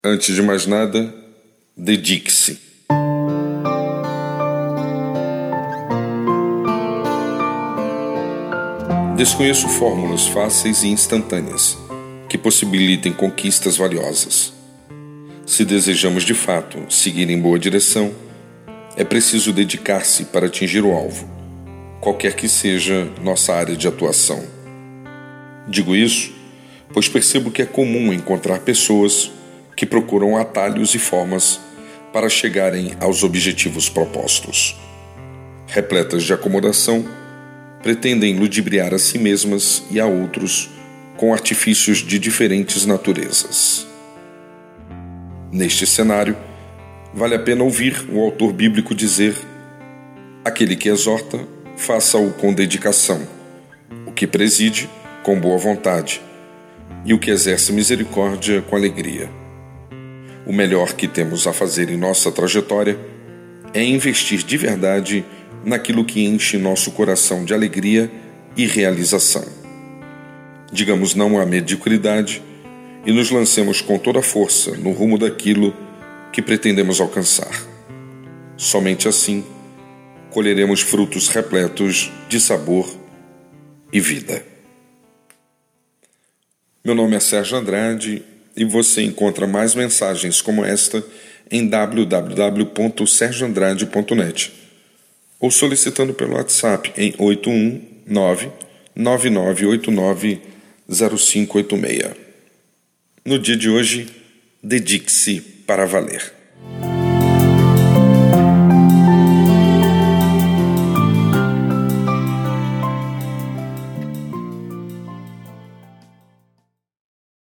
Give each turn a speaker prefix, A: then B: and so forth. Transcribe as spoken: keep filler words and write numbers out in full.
A: Antes de mais nada, dedique-se. Desconheço fórmulas fáceis e instantâneas que possibilitem conquistas valiosas. Se desejamos de fato seguir em boa direção, é preciso dedicar-se para atingir o alvo, qualquer que seja nossa área de atuação. Digo isso, pois percebo que é comum encontrar pessoas que procuram atalhos e formas para chegarem aos objetivos propostos. Repletas de acomodação, pretendem ludibriar a si mesmas e a outros com artifícios de diferentes naturezas. Neste cenário, vale a pena ouvir o autor bíblico dizer: aquele que exorta, faça-o com dedicação, o que preside, com boa vontade, e o que exerce misericórdia, com alegria. O melhor que temos a fazer em nossa trajetória é investir de verdade naquilo que enche nosso coração de alegria e realização. Digamos não à mediocridade e nos lancemos com toda a força no rumo daquilo que pretendemos alcançar. Somente assim colheremos frutos repletos de sabor e vida. Meu nome é Sérgio Andrade e você encontra mais mensagens como esta em w w w ponto sergio andrade ponto net ou solicitando pelo WhatsApp em oito um nove, nove nove oito nove, zero cinco oito seis. No dia de hoje, dedique-se para valer.